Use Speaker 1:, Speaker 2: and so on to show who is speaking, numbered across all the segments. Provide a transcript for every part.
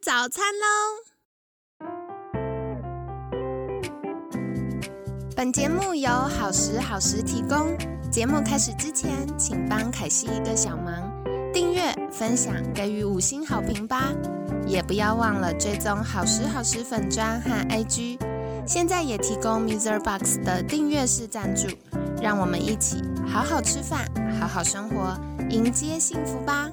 Speaker 1: 早餐喽！本节目由好时好时提供。节目开始之前，请帮凯西一个小忙，订阅、分享、给予5星好评吧！也不要忘了追踪好时好时粉专和 IG。现在也提供 MixerBox 的订阅式赞助，让我们一起好好吃饭，好好生活，迎接幸福吧！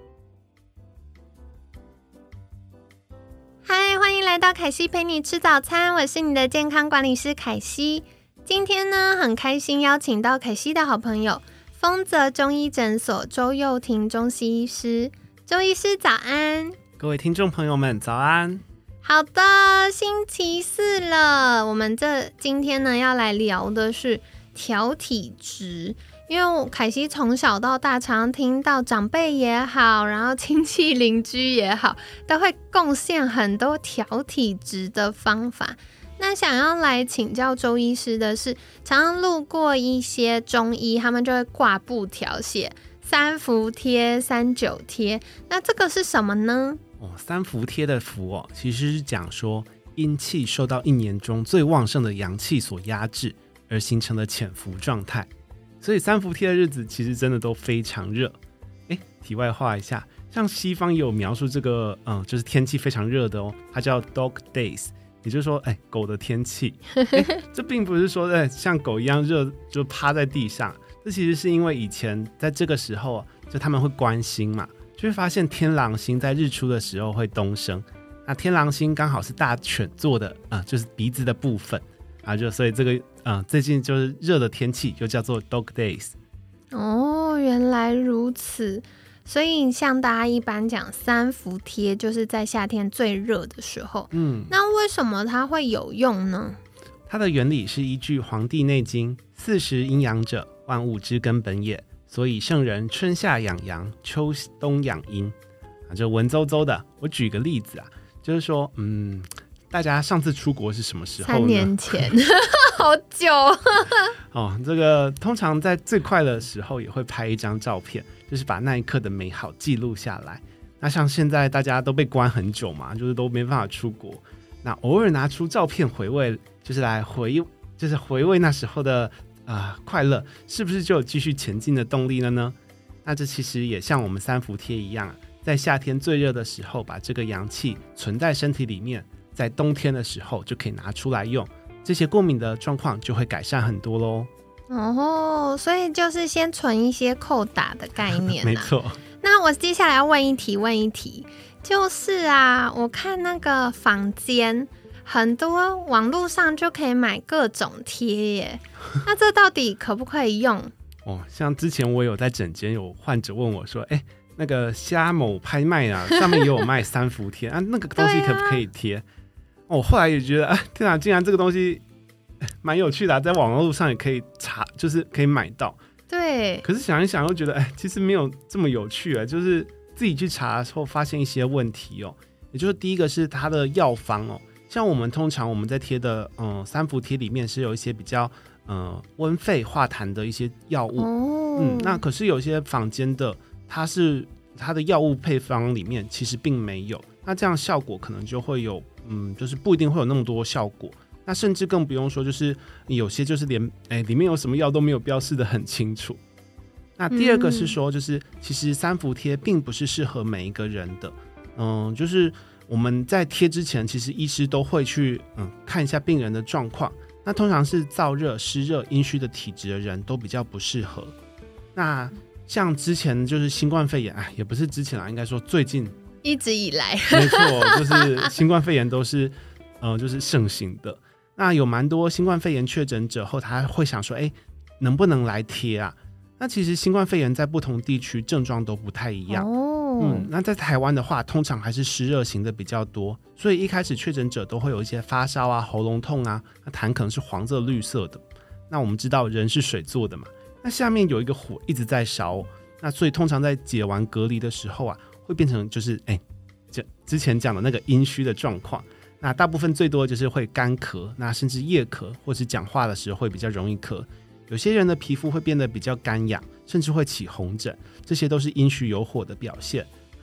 Speaker 1: 嗨，欢迎来到凯西陪你吃早餐，我是你的健康管理师凯西。今天呢，很开心邀请到凯西的好朋友丰泽中医诊所周佑廷中西医师。周医师早安。
Speaker 2: 各位听众朋友们早安。
Speaker 1: 好的，星期四了，我们今天呢要来聊的是调体质。因为凯西从小到大常听到长辈也好，然后亲戚邻居也好，都会贡献很多调体质的方法。那想要来请教周医师的是，常常路过一些中医，他们就会挂布条写三伏贴、39贴，那这个是什么呢？
Speaker 2: 三伏贴的伏其实是讲说阴气受到一年中最旺盛的阳气所压制而形成的潜伏状态，所以三伏贴的日子其实真的都非常热。题外话一下，像西方也有描述这个就是天气非常热的它叫 dog days， 也就是说狗的天气。这并不是说像狗一样热就趴在地上，这其实是因为以前在这个时候就他们会观星嘛，就会发现天狼星在日出的时候会东升，那天狼星刚好是大犬座的就是鼻子的部分所以这个最近就是热的天气就叫做 dog days。
Speaker 1: 原来如此。所以像大家一般讲三伏贴就是在夏天最热的时候，那为什么它会有用呢？
Speaker 2: 它的原理是依据《黄帝内经》40阴阳者，万物之根本也，所以圣人春夏养阳，秋冬养阴就文绉绉的。我举个例子就是说大家上次出国是什么时候呢？3
Speaker 1: 年前好久
Speaker 2: 这个通常在最快的时候也会拍一张照片，就是把那一刻的美好记录下来。那像现在大家都被关很久嘛，就是都没办法出国，那偶尔拿出照片回味，就是来回味那时候的快乐，是不是就有继续前进的动力了呢？那这其实也像我们三伏贴一样在夏天最热的时候把这个阳气存在身体里面，在冬天的时候就可以拿出来用，这些过敏的状况就会改善很多咯。
Speaker 1: 所以就是先存一些扣打的概念
Speaker 2: 没错。
Speaker 1: 那我接下来要问一题，就是我看那个坊间很多网络上就可以买各种贴耶，那这到底可不可以用？
Speaker 2: 像之前我有在诊间有患者问我说那个虾某拍卖上面也有卖三伏贴那个东西可不可以贴？我后来也觉得天哪，竟然这个东西蛮有趣的在网络上也可以查，就是可以买到。
Speaker 1: 对，
Speaker 2: 可是想一想又觉得其实没有这么有趣就是自己去查的时候发现一些问题也就是第一个是它的药方像我们通常我们在贴的三伏贴里面是有一些比较温肺化痰的一些药物那可是有些坊间的它的药物配方里面其实并没有，那这样效果可能就会有就是不一定会有那么多效果。那甚至更不用说就是有些就是连里面有什么药都没有标示的很清楚。那第二个是说就是其实三伏贴并不是适合每一个人的就是我们在贴之前其实医师都会去看一下病人的状况，那通常是燥热、湿热、阴虚的体质的人都比较不适合。那像之前就是新冠肺炎也不是之前应该说最近
Speaker 1: 一直以来
Speaker 2: 没错，就是新冠肺炎都是就是盛行的。那有蛮多新冠肺炎确诊者后他会想说能不能来贴那其实新冠肺炎在不同地区症状都不太一样那在台湾的话通常还是湿热型的比较多，所以一开始确诊者都会有一些发烧喉咙痛那痰可能是黄色绿色的。那我们知道人是水做的嘛，那下面有一个火一直在烧那所以通常在解完隔离的时候会变成就是之前讲的那个阴虚的状况。那大部分最多就是会干咳，那甚至夜咳，或是讲话的时候会比较容易咳。有些人的皮肤会变得比较干痒，甚至会起红疹，这些都是阴虚有火的表现。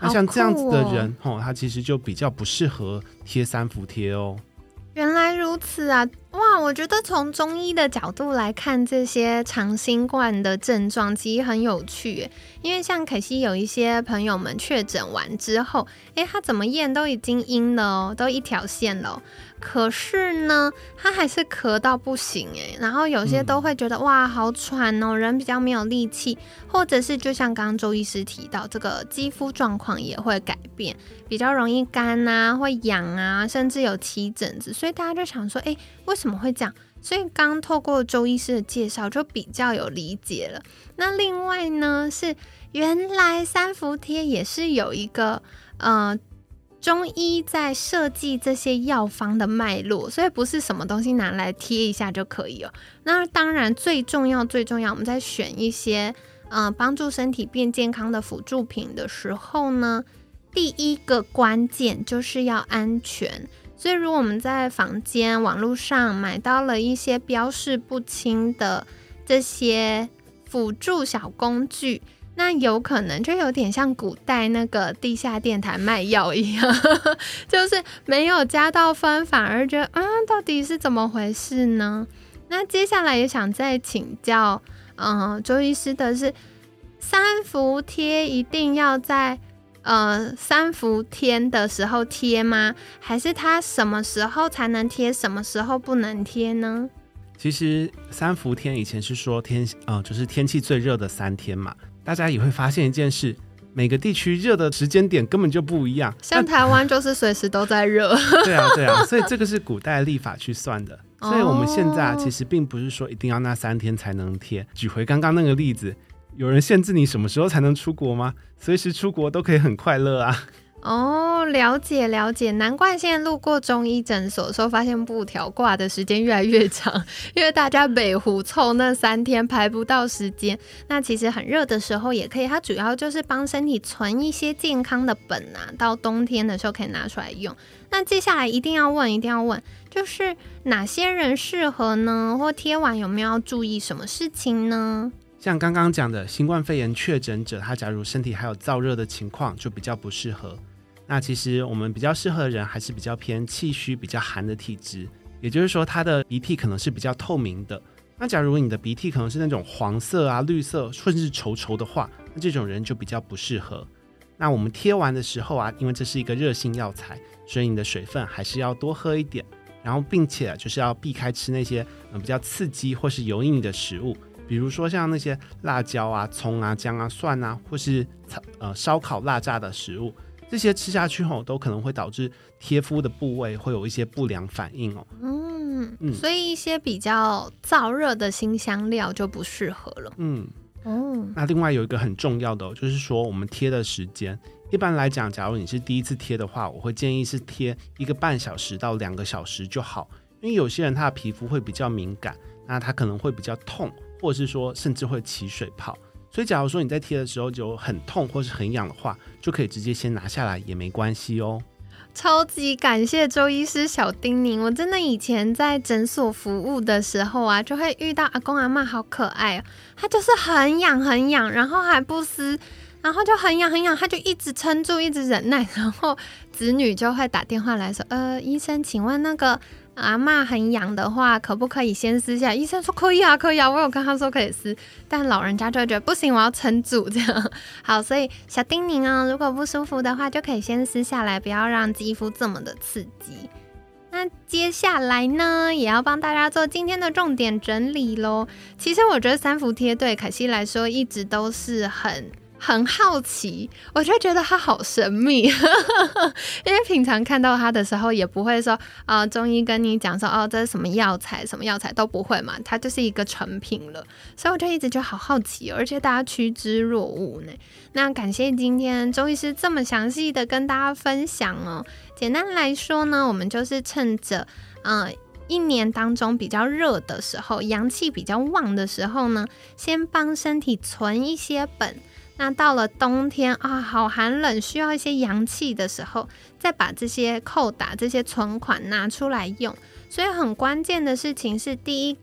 Speaker 2: 那像这样子的人，他其实就比较不适合贴三伏贴哦。
Speaker 1: 原来如此啊！哇，我觉得从中医的角度来看这些长新冠的症状其实很有趣耶，因为像可惜有一些朋友们确诊完之后，他怎么验都已经阴了哦，都一条线了哦，可是呢他还是咳到不行然后有些都会觉得哇好喘哦，人比较没有力气，或者是就像刚刚周医师提到，这个肌肤状况也会改变，比较容易干啊，会痒啊，甚至有起疹子，所以大家就想说为什么会这样？所以刚透过周医师的介绍就比较有理解了。那另外呢是原来三伏贴也是有一个中医在设计这些药方的脉络，所以不是什么东西拿来贴一下就可以了。那当然最重要，我们在选一些帮助身体变健康的辅助品的时候呢，第一个关键就是要安全。所以如果我们在坊间网络上买到了一些标示不清的这些辅助小工具，那有可能就有点像古代那个地下电台卖药一样就是没有加到分，反而觉得到底是怎么回事呢？那接下来也想再请教周医师的是，三伏贴一定要在三伏天的时候贴吗？还是它什么时候才能贴，什么时候不能贴呢？
Speaker 2: 其实三伏天以前是说就是天气最热的3天嘛，大家也会发现一件事，每个地区热的时间点根本就不一样，
Speaker 1: 像台湾就是随时都在热
Speaker 2: 对啊，所以这个是古代历法去算的，所以我们现在其实并不是说一定要那3天才能贴。举回刚刚那个例子，有人限制你什么时候才能出国吗？随时出国都可以很快乐啊。
Speaker 1: 了解，难怪现在路过中医诊所的时候发现布条挂的时间越来越长，因为大家北湖凑那3天排不到时间。那其实很热的时候也可以，它主要就是帮身体存一些健康的本到冬天的时候可以拿出来用。那接下来一定要问，就是哪些人适合呢？或贴完有没有要注意什么事情呢？
Speaker 2: 像刚刚讲的新冠肺炎确诊者，他假如身体还有燥热的情况就比较不适合。那其实我们比较适合的人还是比较偏气虚比较寒的体质，也就是说他的鼻涕可能是比较透明的。那假如你的鼻涕可能是那种黄色啊、绿色甚至稠稠的话，那这种人就比较不适合。那我们贴完的时候因为这是一个热性药材，所以你的水分还是要多喝一点，然后并且就是要避开吃那些比较刺激或是油腻的食物，比如说像那些辣椒啊、葱啊、姜啊、蒜啊，或是烧烤辣炸的食物，这些吃下去都可能会导致贴肤的部位会有一些不良反应
Speaker 1: 所以一些比较燥热的辛香料就不适合了。
Speaker 2: 那另外有一个很重要的就是说我们贴的时间，一般来讲假如你是第一次贴的话，我会建议是贴1个半小时到2个小时就好，因为有些人他的皮肤会比较敏感，那他可能会比较痛，或者是说甚至会起水泡，所以假如说你在贴的时候就很痛或是很痒的话，就可以直接先拿下来也没关系哦。
Speaker 1: 超级感谢周医师小叮咛，我真的以前在诊所服务的时候就会遇到阿公阿嬷好可爱他就是很痒，然后还不撕，然后就很痒，他就一直撑住，一直忍耐，然后子女就会打电话来说医生请问那个阿嬷很痒的话可不可以先撕下来？医生说可以啊，我有跟他说可以撕，但老人家就会觉得不行，我要撑住这样。好，所以小叮咛如果不舒服的话就可以先撕下来，不要让肌肤这么的刺激。那接下来呢也要帮大家做今天的重点整理咯。其实我觉得三伏贴对凯西来说一直都是很好奇，我就觉得他好神秘因为平常看到他的时候也不会说中医跟你讲说这是什么药材都不会嘛，它就是一个成品了，所以我就一直就好好奇而且大家趋之若鹜呢。那感谢今天周医师这么详细的跟大家分享简单来说呢，我们就是趁着一年当中比较热的时候，阳气比较旺的时候呢，先帮身体存一些本，那到了冬天好寒冷，需要一些阳气的时候，再把这些扣打这些存款拿出来用。所以很关键的事情是，第一个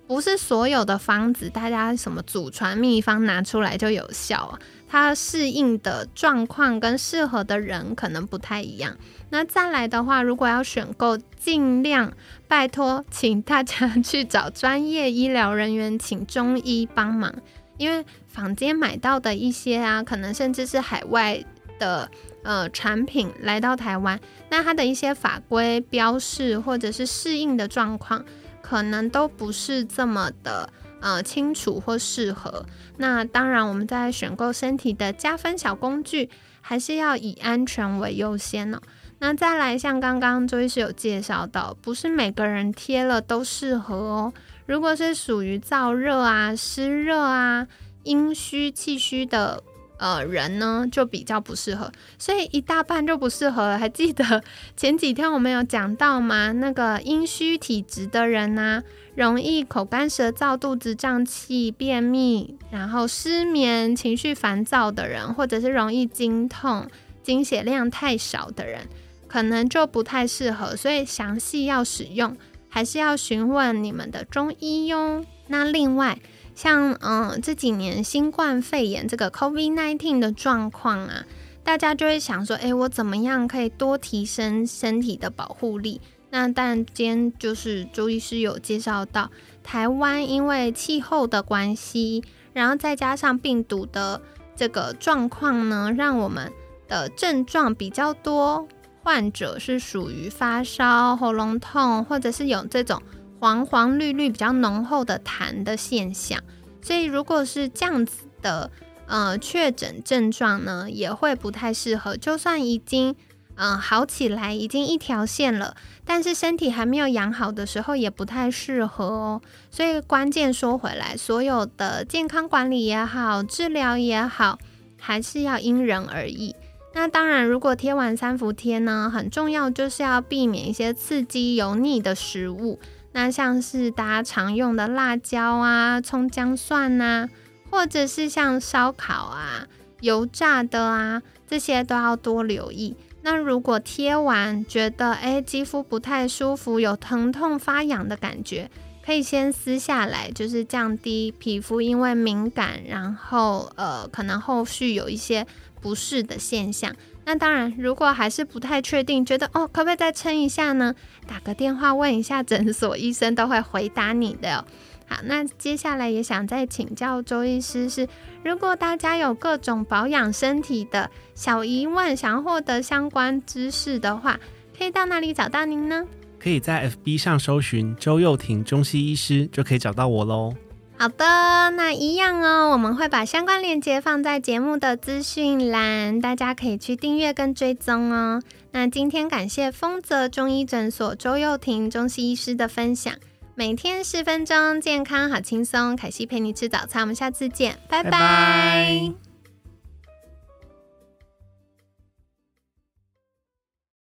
Speaker 1: 不是所有的方子大家什么祖传秘方拿出来就有效啊，它适应的状况跟适合的人可能不太一样。那再来的话，如果要选购，尽量拜托请大家去找专业医疗人员，请中医帮忙，因为坊间买到的一些啊，可能甚至是海外的产品来到台湾，那它的一些法规标示或者是适应的状况可能都不是这么的清楚或适合。那当然我们在选购身体的加分小工具还是要以安全为优先哦。那再来像刚刚周医师有介绍到，不是每个人贴了都适合哦。如果是属于燥热啊、湿热啊、阴虚气虚的人呢，就比较不适合，所以一大半就不适合了。还记得前几天我们有讲到吗？那个阴虚体质的人啊，容易口干舌燥、肚子胀气、便秘，然后失眠、情绪烦躁的人，或者是容易经痛、经血量太少的人，可能就不太适合。所以详细要使用，还是要询问你们的中医哟。那另外像这几年新冠肺炎这个 COVID-19 的状况啊，大家就会想说，我怎么样可以多提升身体的保护力？那当然今天就是周医师有介绍到，台湾因为气候的关系，然后再加上病毒的这个状况呢，让我们的症状比较多，患者是属于发烧、喉咙痛，或者是有这种黄黄绿绿比较浓厚的痰的现象。所以如果是这样子的确诊症状呢，也会不太适合。就算已经好起来，已经一条线了，但是身体还没有养好的时候也不太适合哦。所以关键说回来，所有的健康管理也好，治疗也好，还是要因人而异。那当然如果贴完三伏贴呢，很重要就是要避免一些刺激油腻的食物，那像是大家常用的辣椒啊、葱姜蒜啊，或者是像烧烤啊、油炸的啊，这些都要多留意。那如果贴完觉得肌肤不太舒服，有疼痛发痒的感觉，可以先撕下来，就是降低皮肤因为敏感，然后可能后续有一些不适的现象。那当然如果还是不太确定，觉得可不可以再撑一下呢，打个电话问一下诊所，医生都会回答你的哦。好，那接下来也想再请教周医师是，如果大家有各种保养身体的小疑问，想要获得相关知识的话，可以到哪里找到您呢？
Speaker 2: 可以在 FB 上搜寻周幼婷中西医师，就可以找到我咯。
Speaker 1: 好的，那一样哦，我们会把相关链接放在节目的资讯栏，大家可以去订阅跟追踪哦。那今天感谢丰泽中医诊所周幼婷中西医师的分享，每天10分钟，健康好轻松，凯西陪你吃早餐，我们下次见，拜拜。